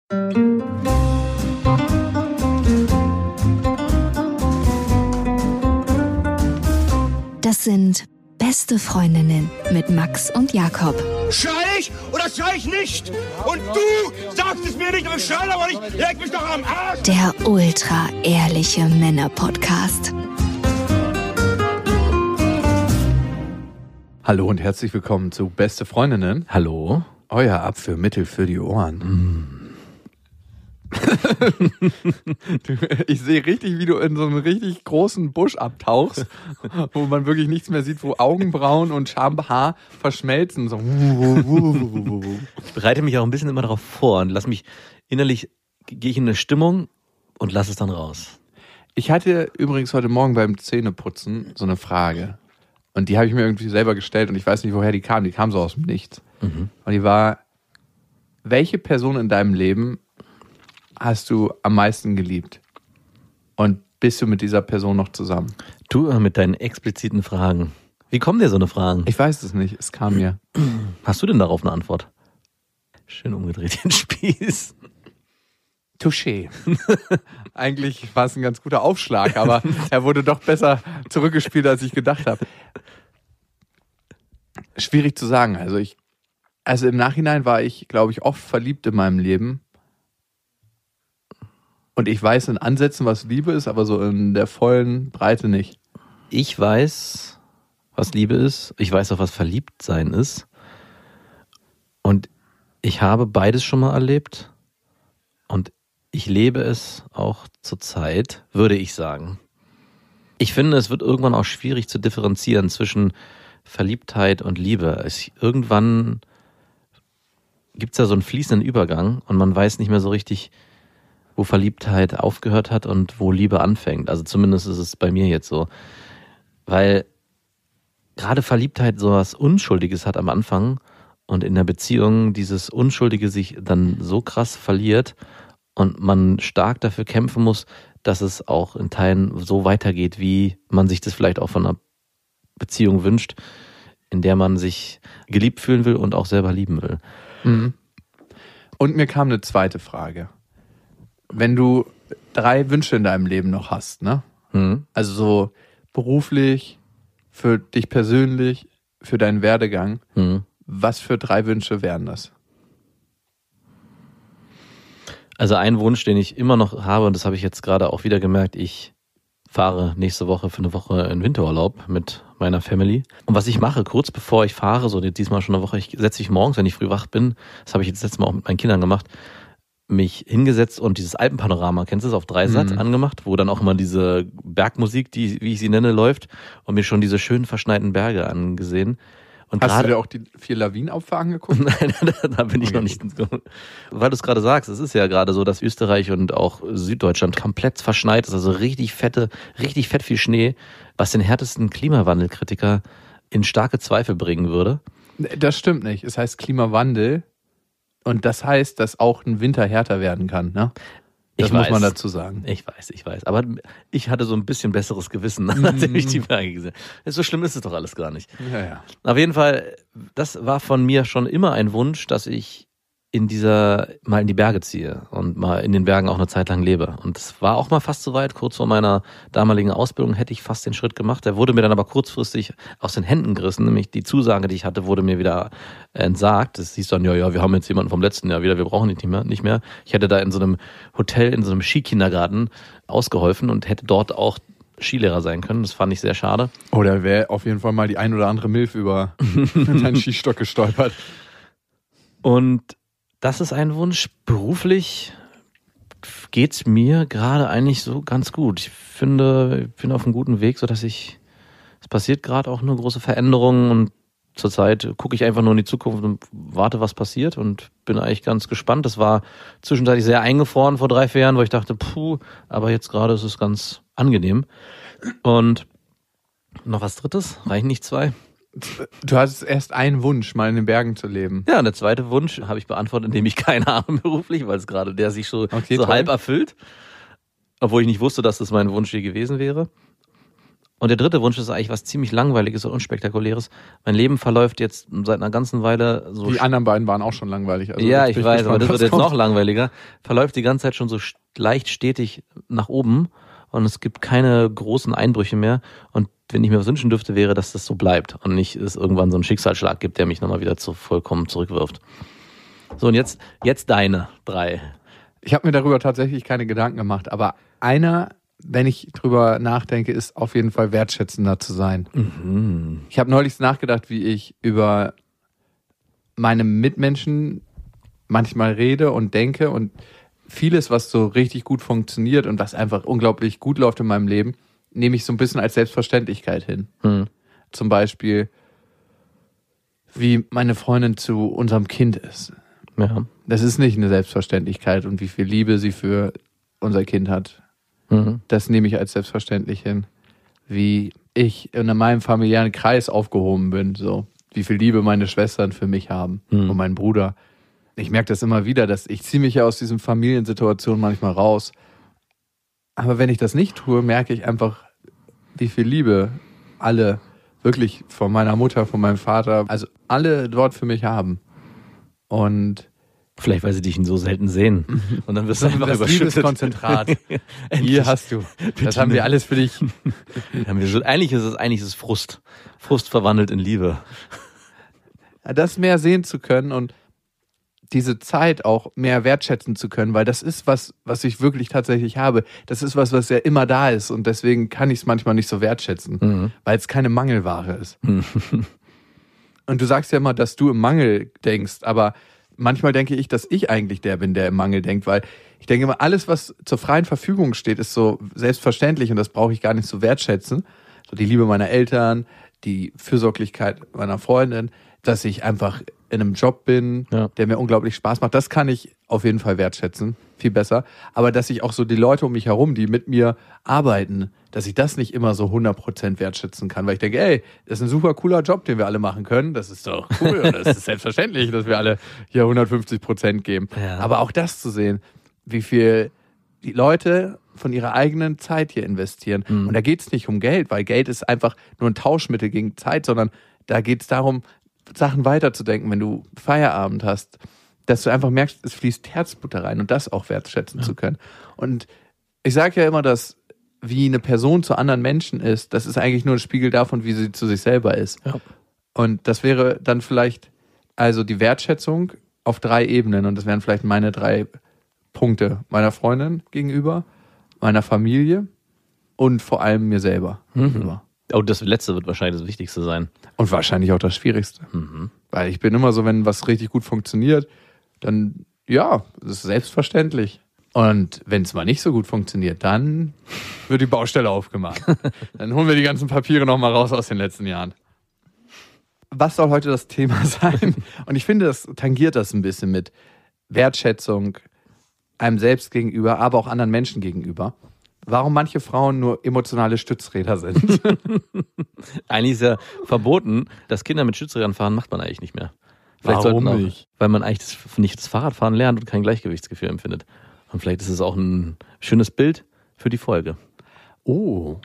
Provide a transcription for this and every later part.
Das sind Beste Freundinnen mit Max und Jakob. Schrei ich oder schrei ich nicht? Und du sagst es mir nicht, aber ich schrei aber nicht. Leg mich doch am Arsch! Der ultra-ehrliche Männer-Podcast. Hallo und herzlich willkommen zu Beste Freundinnen. Hallo. Euer Abführmittel für die Ohren. Ich sehe richtig, wie du in so einem richtig großen Busch abtauchst, wo man wirklich nichts mehr sieht, wo Augenbrauen und Schamhaar verschmelzen. So. Ich bereite mich auch ein bisschen immer darauf vor und lass mich innerlich, gehe ich in eine Stimmung und lass es dann raus. Ich hatte übrigens heute Morgen beim Zähneputzen so eine Frage. Und die habe ich mir irgendwie selber gestellt und ich weiß nicht, woher die kam. Die kam so aus dem Nichts. Und die war, welche Person in deinem Leben hast du am meisten geliebt? Und bist du mit dieser Person noch zusammen? Du mit deinen expliziten Fragen. Wie kommen dir so eine Fragen? Ich weiß es nicht, es kam mir. Hast du denn darauf eine Antwort? Schön umgedreht den Spieß. Touché. Eigentlich war es ein ganz guter Aufschlag, aber er wurde doch besser zurückgespielt, als ich gedacht habe. Schwierig zu sagen. Also im Nachhinein war ich, glaube ich, oft verliebt in meinem Leben. Und ich weiß in Ansätzen, was Liebe ist, aber so in der vollen Breite nicht. Ich weiß, was Liebe ist. Ich weiß auch, was Verliebtsein ist. Und ich habe beides schon mal erlebt. Und ich lebe es auch zur Zeit, würde ich sagen. Ich finde, es wird irgendwann auch schwierig zu differenzieren zwischen Verliebtheit und Liebe. Irgendwann gibt es ja so einen fließenden Übergang und man weiß nicht mehr so richtig, wo Verliebtheit aufgehört hat und wo Liebe anfängt. Also zumindest ist es bei mir jetzt so. Weil gerade Verliebtheit so was Unschuldiges hat am Anfang und in der Beziehung dieses Unschuldige sich dann so krass verliert und man stark dafür kämpfen muss, dass es auch in Teilen so weitergeht, wie man sich das vielleicht auch von einer Beziehung wünscht, in der man sich geliebt fühlen will und auch selber lieben will. Mhm. Und mir kam eine zweite Frage. Wenn du 3 Wünsche in deinem Leben noch hast, ne? Also so beruflich, für dich persönlich, für deinen Werdegang, was für 3 Wünsche wären das? Also ein Wunsch, den ich immer noch habe, und das habe ich jetzt gerade auch wieder gemerkt, ich fahre nächste Woche für eine Woche in Winterurlaub mit meiner Family. Und was ich mache, kurz bevor ich fahre, so diesmal schon eine Woche, ich setze mich morgens, wenn ich früh wach bin, das habe ich jetzt letztes Mal auch mit meinen Kindern gemacht, mich hingesetzt und dieses Alpenpanorama, kennst du das, auf Dreisat angemacht, wo dann auch immer diese Bergmusik, die, wie ich sie nenne, läuft und mir schon diese schönen verschneiten Berge angesehen. Und hast du dir auch die 4 Lawinenopfer angeguckt? Nein, da bin ich noch nicht. Weil du es gerade sagst, es ist ja gerade so, dass Österreich und auch Süddeutschland komplett verschneit ist, also richtig fett viel Schnee, was den härtesten Klimawandelkritiker in starke Zweifel bringen würde. Das stimmt nicht. Es heißt Klimawandel. Und das heißt, dass auch ein Winter härter werden kann, ne? Das muss man dazu sagen. Ich weiß. Aber ich hatte so ein bisschen besseres Gewissen, nachdem ich die Frage gesehen habe. So schlimm ist es doch alles gar nicht. Ja. Auf jeden Fall, das war von mir schon immer ein Wunsch, dass ich mal in die Berge ziehe und mal in den Bergen auch eine Zeit lang lebe. Und es war auch mal fast so weit, kurz vor meiner damaligen Ausbildung hätte ich fast den Schritt gemacht. Der wurde mir dann aber kurzfristig aus den Händen gerissen, nämlich die Zusage, die ich hatte, wurde mir wieder entsagt. Das hieß dann, ja, wir haben jetzt jemanden vom letzten Jahr wieder, wir brauchen ihn nicht mehr. Ich hätte da in so einem Hotel, in so einem Skikindergarten ausgeholfen und hätte dort auch Skilehrer sein können. Das fand ich sehr schade. Oh, da wäre auf jeden Fall mal die ein oder andere Milf über deinen Skistock gestolpert. Und das ist ein Wunsch. Beruflich geht's mir gerade eigentlich so ganz gut. Ich finde, ich bin auf einem guten Weg, sodass es passiert gerade auch eine große Veränderung und zurzeit gucke ich einfach nur in die Zukunft und warte, was passiert und bin eigentlich ganz gespannt. Das war zwischenzeitlich sehr eingefroren vor 3-4 Jahren, wo ich dachte, aber jetzt gerade ist es ganz angenehm. Und noch was Drittes? Reichen nicht 2? Du hattest erst einen Wunsch, mal in den Bergen zu leben. Ja, und der zweite Wunsch habe ich beantwortet, indem ich keine habe beruflich, weil es gerade der sich so toll. halb erfüllt. Obwohl ich nicht wusste, dass das mein Wunsch hier gewesen wäre. Und der dritte Wunsch ist eigentlich was ziemlich Langweiliges und Unspektakuläres. Mein Leben verläuft jetzt seit einer ganzen Weile so... Die anderen beiden waren auch schon langweilig. Also ja, ich weiß, aber das wird jetzt kommt. noch langweiliger. Verläuft die ganze Zeit schon so leicht stetig nach oben und es gibt keine großen Einbrüche mehr. Und wenn ich mir was wünschen dürfte, wäre, dass das so bleibt und nicht es irgendwann so einen Schicksalsschlag gibt, der mich nochmal wieder vollkommen zurückwirft. So, und jetzt deine 3. Ich habe mir darüber tatsächlich keine Gedanken gemacht, aber einer, wenn ich drüber nachdenke, ist auf jeden Fall wertschätzender zu sein. Mhm. Ich habe neulich nachgedacht, wie ich über meine Mitmenschen manchmal rede und denke und vieles, was so richtig gut funktioniert und was einfach unglaublich gut läuft in meinem Leben, nehme ich so ein bisschen als Selbstverständlichkeit hin. Mhm. Zum Beispiel, wie meine Freundin zu unserem Kind ist. Ja. Das ist nicht eine Selbstverständlichkeit und wie viel Liebe sie für unser Kind hat. Mhm. Das nehme ich als selbstverständlich hin. Wie ich in meinem familiären Kreis aufgehoben bin, so. Wie viel Liebe meine Schwestern für mich haben und mein Bruder. Ich merke das immer wieder, dass ich ziehe mich ja aus diesen Familiensituationen manchmal raus. Aber wenn ich das nicht tue, merke ich einfach, wie viel Liebe alle wirklich von meiner Mutter, von meinem Vater, also alle dort für mich haben. Und Vielleicht, weil sie dich so selten sehen. Und dann wirst du einfach das überschüttet. Liebeskonzentrat. Hier hast du. Das haben wir alles für dich. Eigentlich ist es Frust. Frust verwandelt in Liebe. Das mehr sehen zu können und diese Zeit auch mehr wertschätzen zu können, weil das ist was ich wirklich tatsächlich habe. Das ist was ja immer da ist und deswegen kann ich es manchmal nicht so wertschätzen, weil es keine Mangelware ist. Und du sagst ja immer, dass du im Mangel denkst, aber manchmal denke ich, dass ich eigentlich der bin, der im Mangel denkt, weil ich denke immer, alles, was zur freien Verfügung steht, ist so selbstverständlich und das brauche ich gar nicht so wertschätzen. So die Liebe meiner Eltern, die Fürsorglichkeit meiner Freundin, dass ich einfach in einem Job bin, der mir unglaublich Spaß macht, das kann ich auf jeden Fall wertschätzen, viel besser. Aber dass ich auch so die Leute um mich herum, die mit mir arbeiten, dass ich das nicht immer so 100% wertschätzen kann, weil ich denke, ey, das ist ein super cooler Job, den wir alle machen können, das ist doch cool und das ist selbstverständlich, dass wir alle hier 150% geben. Ja. Aber auch das zu sehen, wie viel die Leute von ihrer eigenen Zeit hier investieren. Und da geht es nicht um Geld, weil Geld ist einfach nur ein Tauschmittel gegen Zeit, sondern da geht es darum, Sachen weiterzudenken, wenn du Feierabend hast, dass du einfach merkst, es fließt Herzblut da rein und das auch wertschätzen zu können. Und ich sage ja immer, dass wie eine Person zu anderen Menschen ist, das ist eigentlich nur ein Spiegel davon, wie sie zu sich selber ist. Ja. Und das wäre dann vielleicht also die Wertschätzung auf 3 Ebenen und das wären vielleicht meine 3 Punkte. Meiner Freundin gegenüber, meiner Familie und vor allem mir selber gegenüber. Oh, das Letzte wird wahrscheinlich das Wichtigste sein. Und wahrscheinlich auch das Schwierigste. Weil ich bin immer so, wenn was richtig gut funktioniert, dann, ja, das ist selbstverständlich. Und wenn es mal nicht so gut funktioniert, dann wird die Baustelle aufgemacht. Dann holen wir die ganzen Papiere nochmal raus aus den letzten Jahren. Was soll heute das Thema sein? Und ich finde, das tangiert das ein bisschen mit Wertschätzung einem selbst gegenüber, aber auch anderen Menschen gegenüber. Warum manche Frauen nur emotionale Stützräder sind. Eigentlich ist ja verboten, dass Kinder mit Stützrädern fahren, macht man eigentlich nicht mehr. Warum nicht? Weil man eigentlich nicht das Fahrradfahren lernt und kein Gleichgewichtsgefühl empfindet. Und vielleicht ist es auch ein schönes Bild für die Folge. Oh.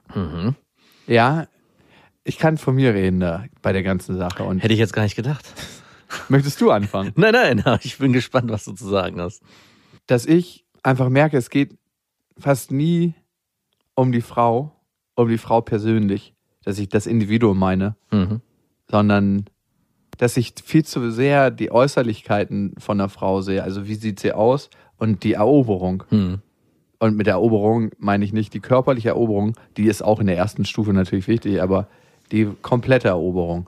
Ja, ich kann von mir reden da bei der ganzen Sache. Und hätte ich jetzt gar nicht gedacht. Möchtest du anfangen? Nein, ich bin gespannt, was du zu sagen hast. Dass ich einfach merke, es geht fast nie um die Frau persönlich, dass ich das Individuum meine, sondern dass ich viel zu sehr die Äußerlichkeiten von der Frau sehe, also wie sieht sie aus und die Eroberung. Und mit der Eroberung meine ich nicht die körperliche Eroberung, die ist auch in der ersten Stufe natürlich wichtig, aber die komplette Eroberung.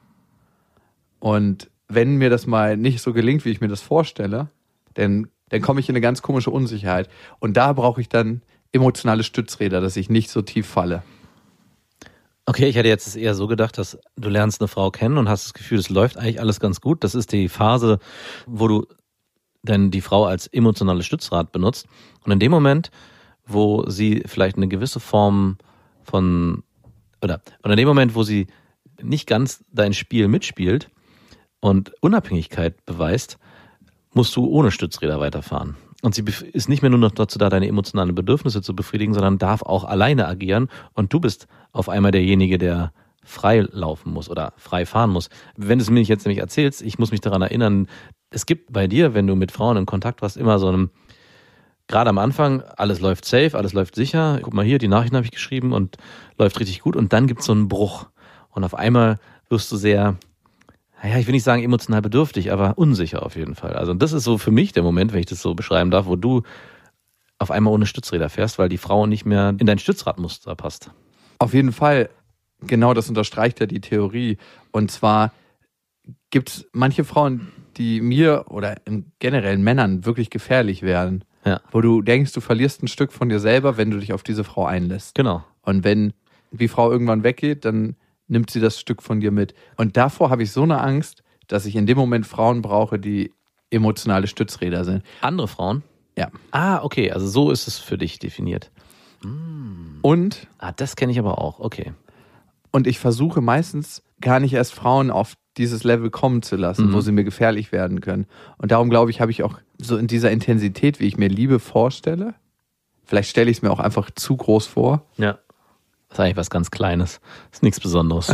Und wenn mir das mal nicht so gelingt, wie ich mir das vorstelle, dann komme ich in eine ganz komische Unsicherheit. Und da brauche ich dann emotionale Stützräder, dass ich nicht so tief falle. Okay, ich hätte jetzt eher so gedacht, dass du lernst eine Frau kennen und hast das Gefühl, es läuft eigentlich alles ganz gut. Das ist die Phase, wo du dann die Frau als emotionales Stützrad benutzt. Und in dem Moment, wo sie vielleicht eine gewisse Form von, oder in dem Moment, wo sie nicht ganz dein Spiel mitspielt und Unabhängigkeit beweist, musst du ohne Stützräder weiterfahren. Und sie ist nicht mehr nur noch dazu da, deine emotionalen Bedürfnisse zu befriedigen, sondern darf auch alleine agieren. Und du bist auf einmal derjenige, der frei laufen muss oder frei fahren muss. Wenn du es mir jetzt nämlich erzählst, ich muss mich daran erinnern, es gibt bei dir, wenn du mit Frauen in Kontakt warst, immer so einen, gerade am Anfang, alles läuft safe, alles läuft sicher. Guck mal hier, die Nachrichten habe ich geschrieben und läuft richtig gut. Und dann gibt es so einen Bruch. Und auf einmal wirst du sehr, naja, ich will nicht sagen emotional bedürftig, aber unsicher auf jeden Fall. Also das ist so für mich der Moment, wenn ich das so beschreiben darf, wo du auf einmal ohne Stützräder fährst, weil die Frau nicht mehr in dein Stützradmuster passt. Auf jeden Fall, genau das unterstreicht ja die Theorie. Und zwar gibt es manche Frauen, die mir oder im generellen Männern wirklich gefährlich werden. Ja. Wo du denkst, du verlierst ein Stück von dir selber, wenn du dich auf diese Frau einlässt. Genau. Und wenn die Frau irgendwann weggeht, dann nimmt sie das Stück von dir mit. Und davor habe ich so eine Angst, dass ich in dem Moment Frauen brauche, die emotionale Stützräder sind. Andere Frauen? Ja. Ah, okay, also so ist es für dich definiert. Und Das kenne ich aber auch, okay. Und ich versuche meistens gar nicht erst Frauen auf dieses Level kommen zu lassen, wo sie mir gefährlich werden können. Und darum glaube ich, habe ich auch so in dieser Intensität, wie ich mir Liebe vorstelle, vielleicht stelle ich es mir auch einfach zu groß vor. Ja. Das ist eigentlich was ganz Kleines. Das ist nichts Besonderes.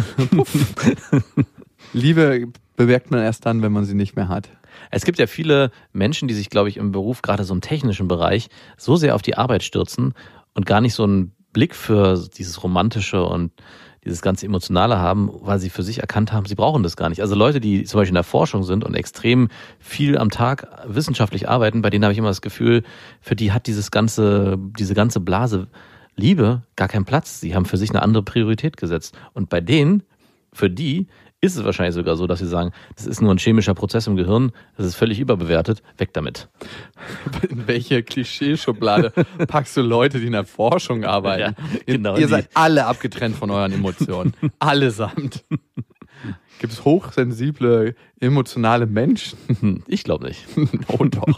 Liebe bemerkt man erst dann, wenn man sie nicht mehr hat. Es gibt ja viele Menschen, die sich, glaube ich, im Beruf, gerade so im technischen Bereich, so sehr auf die Arbeit stürzen und gar nicht so einen Blick für dieses Romantische und dieses ganze Emotionale haben, weil sie für sich erkannt haben, sie brauchen das gar nicht. Also Leute, die zum Beispiel in der Forschung sind und extrem viel am Tag wissenschaftlich arbeiten, bei denen habe ich immer das Gefühl, für die hat diese ganze Blase Liebe gar keinen Platz. Sie haben für sich eine andere Priorität gesetzt. Und bei denen, für die, ist es wahrscheinlich sogar so, dass sie sagen, das ist nur ein chemischer Prozess im Gehirn, das ist völlig überbewertet, weg damit. In welche Klischeeschublade packst du Leute, die in der Forschung arbeiten? Ja, genau. Ihr seid alle abgetrennt von euren Emotionen. Allesamt. Gibt es hochsensible, emotionale Menschen? Ich glaube nicht. Oh doch.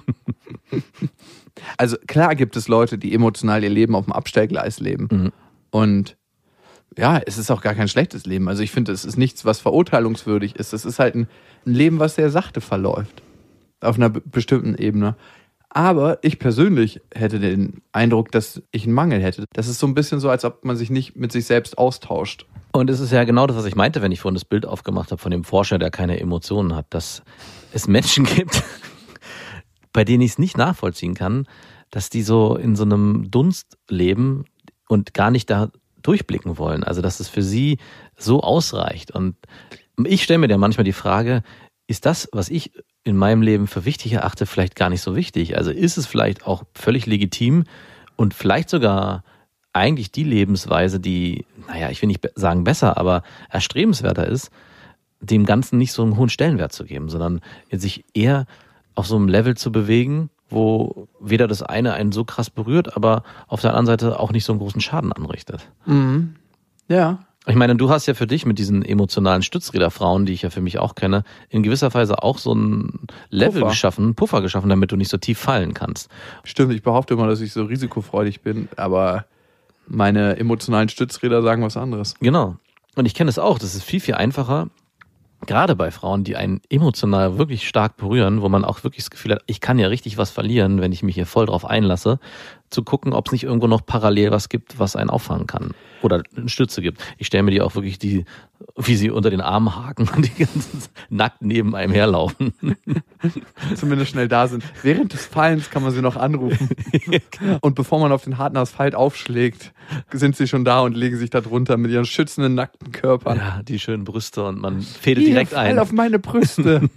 Also klar gibt es Leute, die emotional ihr Leben auf dem Abstellgleis leben. Mhm. Und ja, es ist auch gar kein schlechtes Leben. Also ich finde, es ist nichts, was verurteilungswürdig ist. Es ist halt ein Leben, was sehr sachte verläuft. Auf einer bestimmten Ebene. Aber ich persönlich hätte den Eindruck, dass ich einen Mangel hätte. Das ist so ein bisschen so, als ob man sich nicht mit sich selbst austauscht. Und es ist ja genau das, was ich meinte, wenn ich vorhin das Bild aufgemacht habe von dem Forscher, der keine Emotionen hat, dass es Menschen gibt, bei denen ich es nicht nachvollziehen kann, dass die so in so einem Dunst leben und gar nicht da durchblicken wollen. Also dass es für sie so ausreicht. Und ich stelle mir dann manchmal die Frage, ist das, was ich in meinem Leben für wichtig erachte, vielleicht gar nicht so wichtig? Also ist es vielleicht auch völlig legitim und vielleicht sogar eigentlich die Lebensweise, die, naja, ich will nicht sagen besser, aber erstrebenswerter ist, dem Ganzen nicht so einen hohen Stellenwert zu geben, sondern sich eher auf so einem Level zu bewegen, wo weder das eine einen so krass berührt, aber auf der anderen Seite auch nicht so einen großen Schaden anrichtet. Mhm. Ja. Ich meine, du hast ja für dich mit diesen emotionalen Stützräderfrauen, die ich ja für mich auch kenne, in gewisser Weise auch so ein Level geschaffen, einen Puffer geschaffen, damit du nicht so tief fallen kannst. Stimmt, ich behaupte immer, dass ich so risikofreudig bin, aber meine emotionalen Stützräder sagen was anderes. Genau. Und ich kenne es auch, das ist viel, viel einfacher, gerade bei Frauen, die einen emotional wirklich stark berühren, wo man auch wirklich das Gefühl hat, ich kann ja richtig was verlieren, wenn ich mich hier voll drauf einlasse, zu gucken, ob es nicht irgendwo noch parallel was gibt, was einen auffangen kann oder eine Stütze gibt. Ich stelle mir die auch wirklich wie sie unter den Armen haken und die ganzen nackt neben einem herlaufen. Zumindest schnell da sind. Während des Fallens kann man sie noch anrufen. Und bevor man auf den harten Asphalt aufschlägt, sind sie schon da und legen sich da drunter mit ihren schützenden, nackten Körpern. Ja, die schönen Brüste und man fädelt direkt ein. Fall auf meine Brüste.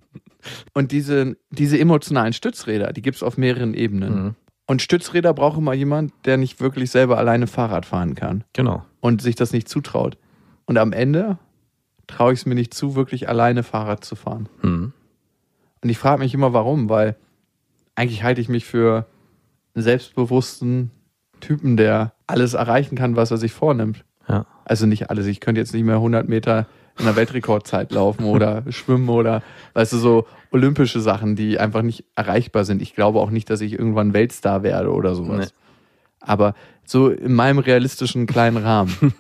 Und diese emotionalen Stützräder, die gibt es auf mehreren Ebenen. Mhm. Und Stützräder braucht immer jemand, der nicht wirklich selber alleine Fahrrad fahren kann. Genau. Und sich das nicht zutraut. Und am Ende traue ich es mir nicht zu, wirklich alleine Fahrrad zu fahren. Mhm. Und ich frage mich immer, warum, weil eigentlich halte ich mich für einen selbstbewussten Typen, der alles erreichen kann, was er sich vornimmt. Ja. Also nicht alles. Ich könnte jetzt nicht mehr 100 Meter in der Weltrekordzeit laufen oder schwimmen oder, weißt du, so olympische Sachen, die einfach nicht erreichbar sind. Ich glaube auch nicht, dass ich irgendwann Weltstar werde oder sowas. Nee. Aber so in meinem realistischen kleinen Rahmen.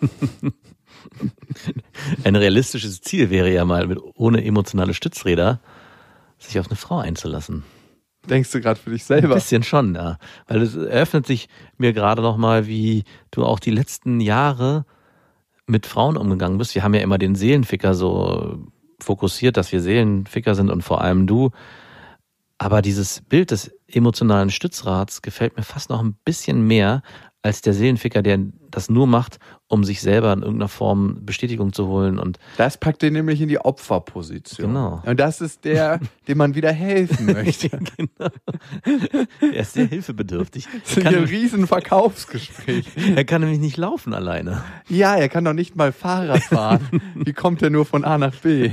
Ein realistisches Ziel wäre ja mal, ohne emotionale Stützräder sich auf eine Frau einzulassen. Denkst du gerade für dich Ein selber? bisschen schon, ja. Weil es eröffnet sich mir gerade nochmal, wie du auch die letzten Jahre mit Frauen umgegangen bist. Wir haben ja immer den Seelenficker so fokussiert, dass wir Seelenficker sind und vor allem du. Aber dieses Bild des emotionalen Stützrads gefällt mir fast noch ein bisschen mehr als der Seelenficker, der das nur macht, um sich selber in irgendeiner Form Bestätigung zu holen. Und Das packt den nämlich in die Opferposition. Genau. Und das ist der, dem man wieder helfen möchte. genau. Er ist sehr hilfebedürftig. Das ist ein riesen Verkaufsgespräch. Er kann nämlich nicht laufen alleine. Ja, er kann doch nicht mal Fahrrad fahren. Wie kommt er nur von A nach B?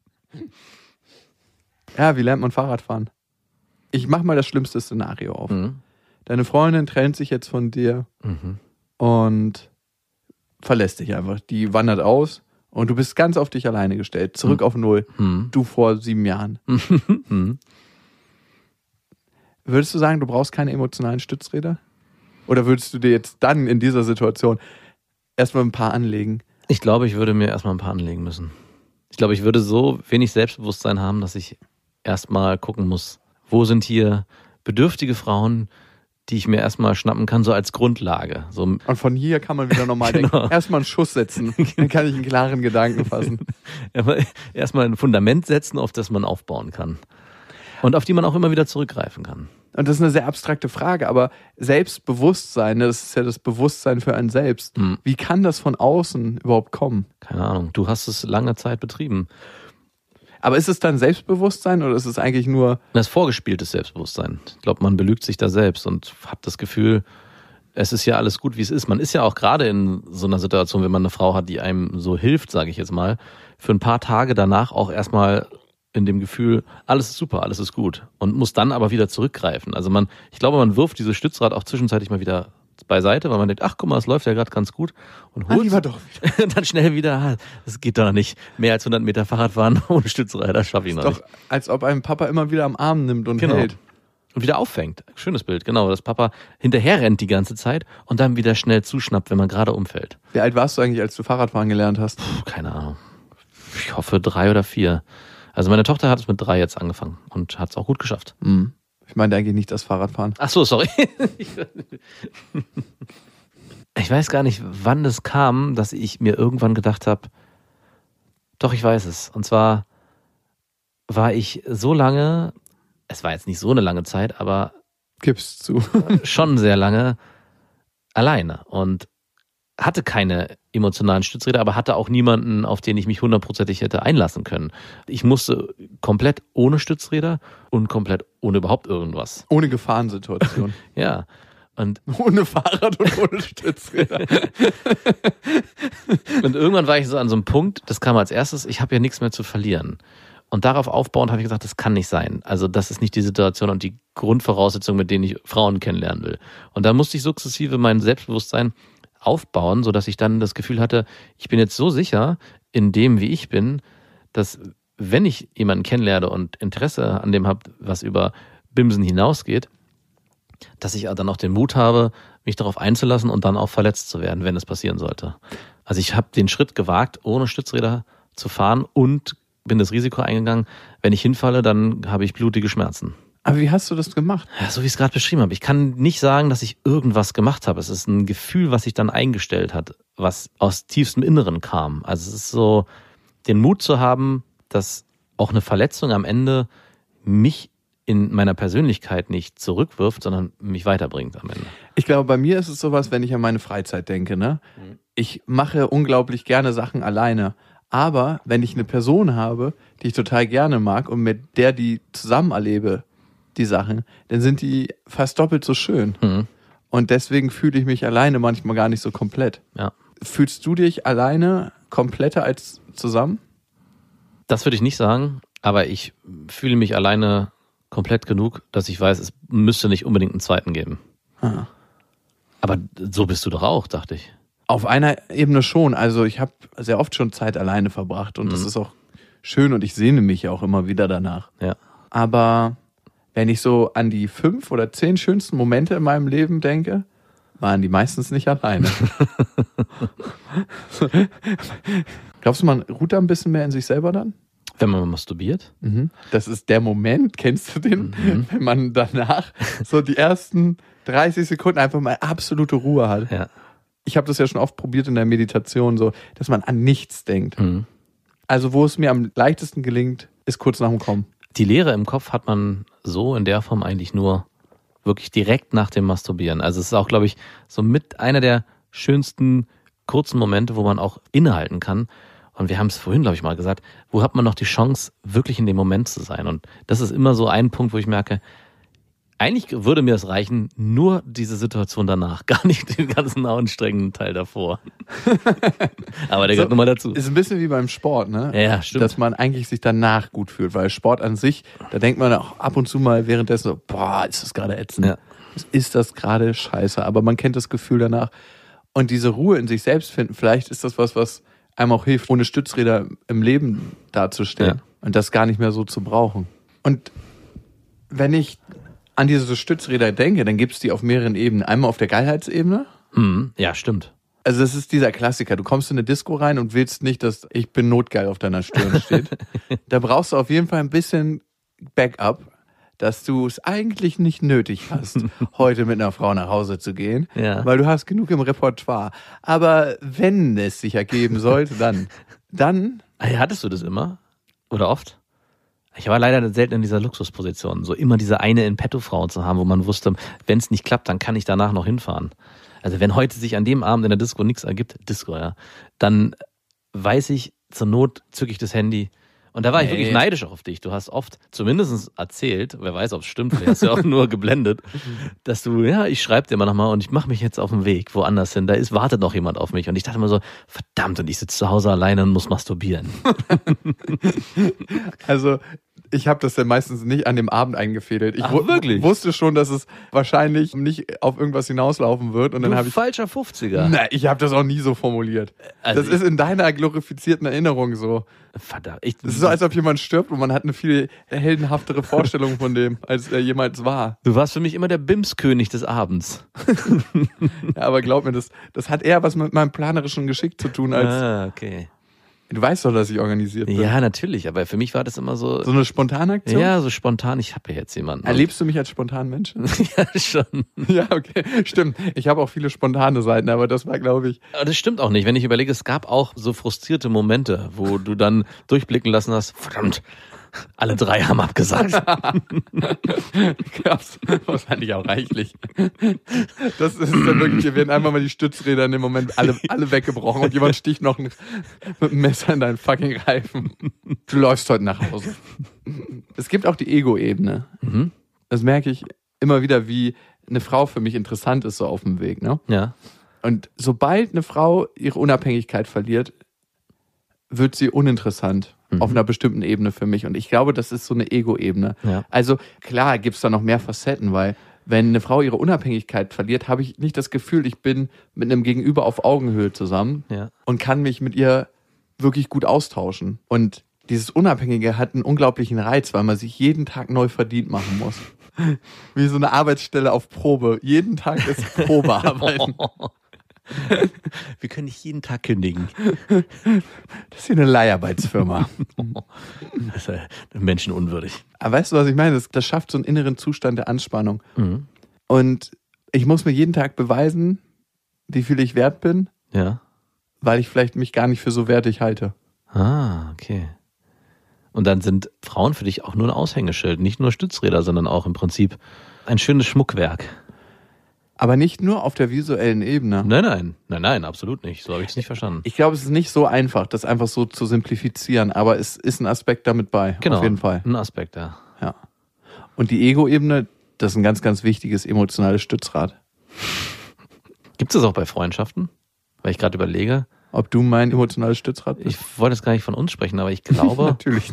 Ja, wie lernt man Fahrrad fahren? Ich mach mal das schlimmste Szenario auf. Deine Freundin trennt sich jetzt von dir und verlässt dich einfach. Die wandert aus und du bist ganz auf dich alleine gestellt. Zurück auf Null. Du vor 7 Jahren. Würdest du sagen, du brauchst keine emotionalen Stützräder? Oder würdest du dir jetzt dann in dieser Situation erstmal ein paar anlegen? Ich glaube, ich würde mir erstmal ein paar anlegen müssen. Ich glaube, ich würde so wenig Selbstbewusstsein haben, dass ich erstmal gucken muss, wo sind hier bedürftige Frauen, die ich mir erstmal schnappen kann, so als Grundlage. So, Und von hier kann man wieder normal Genau. denken. Erstmal einen Schuss setzen. Dann kann ich einen klaren Gedanken fassen. erstmal ein Fundament setzen, auf das man aufbauen kann. Und auf die man auch immer wieder zurückgreifen kann. Und das ist eine sehr abstrakte Frage, aber Selbstbewusstsein, das ist ja das Bewusstsein für einen selbst. Wie kann das von außen überhaupt kommen? Keine Ahnung, du hast es lange Zeit betrieben. Aber ist es dann Selbstbewusstsein oder ist es eigentlich nur... Das ist vorgespieltes Selbstbewusstsein. Ich glaube, man belügt sich da selbst und hat das Gefühl, es ist ja alles gut, wie es ist. Man ist ja auch gerade in so einer Situation, wenn man eine Frau hat, die einem so hilft, sage ich jetzt mal, für ein paar Tage danach auch erstmal in dem Gefühl, alles ist super, alles ist gut und muss dann aber wieder zurückgreifen. Also ich glaube, man wirft dieses Stützrad auch zwischenzeitlich mal wieder beiseite, weil man denkt, ach guck mal, es läuft ja gerade ganz gut und holt lieber doch wieder. dann schnell wieder, das geht doch nicht, mehr als 100 Meter Fahrrad fahren ohne Stützräder, schaffe ich noch Doch, nicht. als ob ein Papa immer wieder am Arm nimmt und Genau. hält. Und wieder auffängt. Schönes Bild, genau, dass Papa hinterher rennt die ganze Zeit und dann wieder schnell zuschnappt, wenn man gerade umfällt. Wie alt warst du eigentlich, als du Fahrradfahren gelernt hast? Keine Ahnung. Ich hoffe 3 oder 4. Also meine Tochter hat es mit 3 jetzt angefangen und hat es auch gut geschafft. Ich meinte eigentlich nicht das Fahrradfahren. Ach so, sorry. Ich weiß gar nicht, wann es kam, dass ich mir irgendwann gedacht habe, doch, ich weiß es. Und zwar war ich so lange, es war jetzt nicht so eine lange Zeit, aber Gib's zu. schon sehr lange alleine und hatte keine emotionalen Stützräder, aber hatte auch niemanden, auf den ich mich 100%ig hätte einlassen können. Ich musste komplett ohne Stützräder und komplett ohne überhaupt irgendwas. Ohne Gefahrensituation. Ja. Und Ohne Fahrrad und ohne Stützräder. irgendwann war ich so an so einem Punkt, das kam als erstes, ich habe ja nichts mehr zu verlieren. Und darauf aufbauend habe ich gesagt, das kann nicht sein. Also das ist nicht die Situation und die Grundvoraussetzung, mit denen ich Frauen kennenlernen will. Und da musste ich sukzessive mein Selbstbewusstsein aufbauen, sodass ich dann das Gefühl hatte, ich bin jetzt so sicher in dem, wie ich bin, dass wenn ich jemanden kennenlerne und Interesse an dem habe, was über Bimsen hinausgeht, dass ich dann auch den Mut habe, mich darauf einzulassen und dann auch verletzt zu werden, wenn es passieren sollte. Also ich habe den Schritt gewagt, ohne Stützräder zu fahren und bin das Risiko eingegangen, wenn ich hinfalle, dann habe ich blutige Schmerzen. Aber wie hast du das gemacht? Ja, so wie ich es gerade beschrieben habe. Ich kann nicht sagen, dass ich irgendwas gemacht habe. Es ist ein Gefühl, was sich dann eingestellt hat, was aus tiefstem Inneren kam. Also es ist so, den Mut zu haben, dass auch eine Verletzung am Ende mich in meiner Persönlichkeit nicht zurückwirft, sondern mich weiterbringt am Ende. Ich glaube, bei mir ist es sowas, wenn ich an meine Freizeit denke, ne? Ich mache unglaublich gerne Sachen alleine. Aber wenn ich eine Person habe, die ich total gerne mag und mit der die zusammen erlebe, die Sachen, dann sind die fast doppelt so schön. Und deswegen fühle ich mich alleine manchmal gar nicht so komplett. Ja. Fühlst du dich alleine kompletter als zusammen? Das würde ich nicht sagen, aber ich fühle mich alleine komplett genug, dass ich weiß, es müsste nicht unbedingt einen zweiten geben. Ah. Aber so bist du doch auch, dachte ich. Auf einer Ebene schon. Also ich habe sehr oft schon Zeit alleine verbracht und das ist auch schön und ich sehne mich auch immer wieder danach. Ja. Aber wenn ich so an die 5 oder 10 schönsten Momente in meinem Leben denke, waren die meistens nicht alleine. Glaubst du, man ruht da ein bisschen mehr in sich selber dann? Wenn man masturbiert? Das ist der Moment, kennst du den? Wenn man danach so die ersten 30 Sekunden einfach mal absolute Ruhe hat. Ja. Ich habe das ja schon oft probiert in der Meditation, so, dass man an nichts denkt. Also wo es mir am leichtesten gelingt, ist kurz nach dem Kommen. Die Leere im Kopf hat man so in der Form eigentlich nur wirklich direkt nach dem Masturbieren. Also es ist auch, glaube ich, so mit einer der schönsten kurzen Momente, wo man auch innehalten kann. Und wir haben es vorhin, glaube ich, mal gesagt, wo hat man noch die Chance, wirklich in dem Moment zu sein? Und das ist immer so ein Punkt, wo ich merke, eigentlich würde mir es reichen, nur diese Situation danach, gar nicht den ganzen anstrengenden Teil davor. Aber der gehört nun mal dazu. Ist ein bisschen wie beim Sport, ne? Ja, stimmt. Dass man eigentlich sich danach gut fühlt, weil Sport an sich, da denkt man auch ab und zu mal währenddessen so, boah, ist das gerade ätzend. Ja. Ist das gerade scheiße? Aber man kennt das Gefühl danach. Und diese Ruhe in sich selbst finden, vielleicht ist das was einem auch hilft, ohne Stützräder im Leben dazustehen und das gar nicht mehr so zu brauchen. Und wenn ich an diese Stützräder denke, dann gibt es die auf mehreren Ebenen. Einmal auf der Geilheitsebene. Ja, stimmt. Also das ist dieser Klassiker. Du kommst in eine Disco rein und willst nicht, dass ich bin notgeil auf deiner Stirn steht. Da brauchst du auf jeden Fall ein bisschen Backup, dass du es eigentlich nicht nötig hast, heute mit einer Frau nach Hause zu gehen, weil du hast genug im Repertoire. Aber wenn es sich ergeben sollte, dann... Hattest du das immer? Oder oft? Ich war leider selten in dieser Luxusposition, so immer diese eine in petto-Frau zu haben, wo man wusste, wenn es nicht klappt, dann kann ich danach noch hinfahren. Also wenn heute sich an dem Abend in der Disco nichts ergibt, dann weiß ich, zur Not zücke ich das Handy. Und da war ich wirklich neidisch auf dich. Du hast oft zumindest erzählt, wer weiß, ob es stimmt, vielleicht hast du ja auch nur geblendet, dass du, ich schreibe dir mal nochmal und ich mache mich jetzt auf den Weg woanders hin. Wartet noch jemand auf mich. Und ich dachte immer so, verdammt, und ich sitze zu Hause alleine und muss masturbieren. Also ich habe das ja meistens nicht an dem Abend eingefädelt. Ich wusste schon, dass es wahrscheinlich nicht auf irgendwas hinauslaufen wird. Und dann habe ich falscher 50er. Na, ich habe das auch nie so formuliert. Also das ist in deiner glorifizierten Erinnerung so. Verdammt. Es ist so, als ob jemand stirbt und man hat eine viel heldenhaftere Vorstellung von dem, als er jemals war. Du warst für mich immer der Bimskönig des Abends. Ja, aber glaub mir, das hat eher was mit meinem planerischen Geschick zu tun als... Okay. Du weißt doch, dass ich organisiert bin. Ja, natürlich, aber für mich war das immer so... So eine Spontanaktion? Ja, so spontan. Ich habe ja jetzt jemanden. Erlebst du mich als spontanen Menschen? Ja, schon. Ja, okay, stimmt. Ich habe auch viele spontane Seiten, aber das war, glaube ich... Aber das stimmt auch nicht. Wenn ich überlege, es gab auch so frustrierte Momente, wo du dann durchblicken lassen hast, verdammt, alle 3 haben abgesagt. Gab's wahrscheinlich auch reichlich. Das ist dann wirklich, hier werden einfach mal die Stützräder in dem Moment alle weggebrochen und jemand sticht noch mit einem Messer in deinen fucking Reifen. Du läufst heute nach Hause. Es gibt auch die Ego-Ebene. Das merke ich immer wieder, wie eine Frau für mich interessant ist so auf dem Weg. Ne? Ja. Und sobald eine Frau ihre Unabhängigkeit verliert, wird sie uninteressant auf einer bestimmten Ebene für mich. Und ich glaube, das ist so eine Ego-Ebene. Ja. Also klar gibt's da noch mehr Facetten, weil wenn eine Frau ihre Unabhängigkeit verliert, habe ich nicht das Gefühl, ich bin mit einem Gegenüber auf Augenhöhe zusammen und kann mich mit ihr wirklich gut austauschen. Und dieses Unabhängige hat einen unglaublichen Reiz, weil man sich jeden Tag neu verdient machen muss. Wie so eine Arbeitsstelle auf Probe. Jeden Tag ist Probearbeiten. Wir können nicht jeden Tag kündigen. Das ist hier eine Leiharbeitsfirma. Das ist menschenunwürdig. Aber weißt du, was ich meine? Das schafft so einen inneren Zustand der Anspannung. Und ich muss mir jeden Tag beweisen, wie viel ich wert bin, weil ich vielleicht mich gar nicht für so wertig halte. Ah, okay. Und dann sind Frauen für dich auch nur ein Aushängeschild, nicht nur Stützräder, sondern auch im Prinzip ein schönes Schmuckwerk. Aber nicht nur auf der visuellen Ebene. Nein, absolut nicht. So habe ich es nicht verstanden. Ich glaube, es ist nicht so einfach, das einfach so zu simplifizieren, aber es ist ein Aspekt damit bei, genau, auf jeden Fall. Ein Aspekt, ja. Und die Ego-Ebene, das ist ein ganz, ganz wichtiges emotionales Stützrad. Gibt es das auch bei Freundschaften? Weil ich gerade überlege. Ob du mein emotionales Stützrad bist? Ich wollte jetzt gar nicht von uns sprechen, aber ich glaube... Natürlich.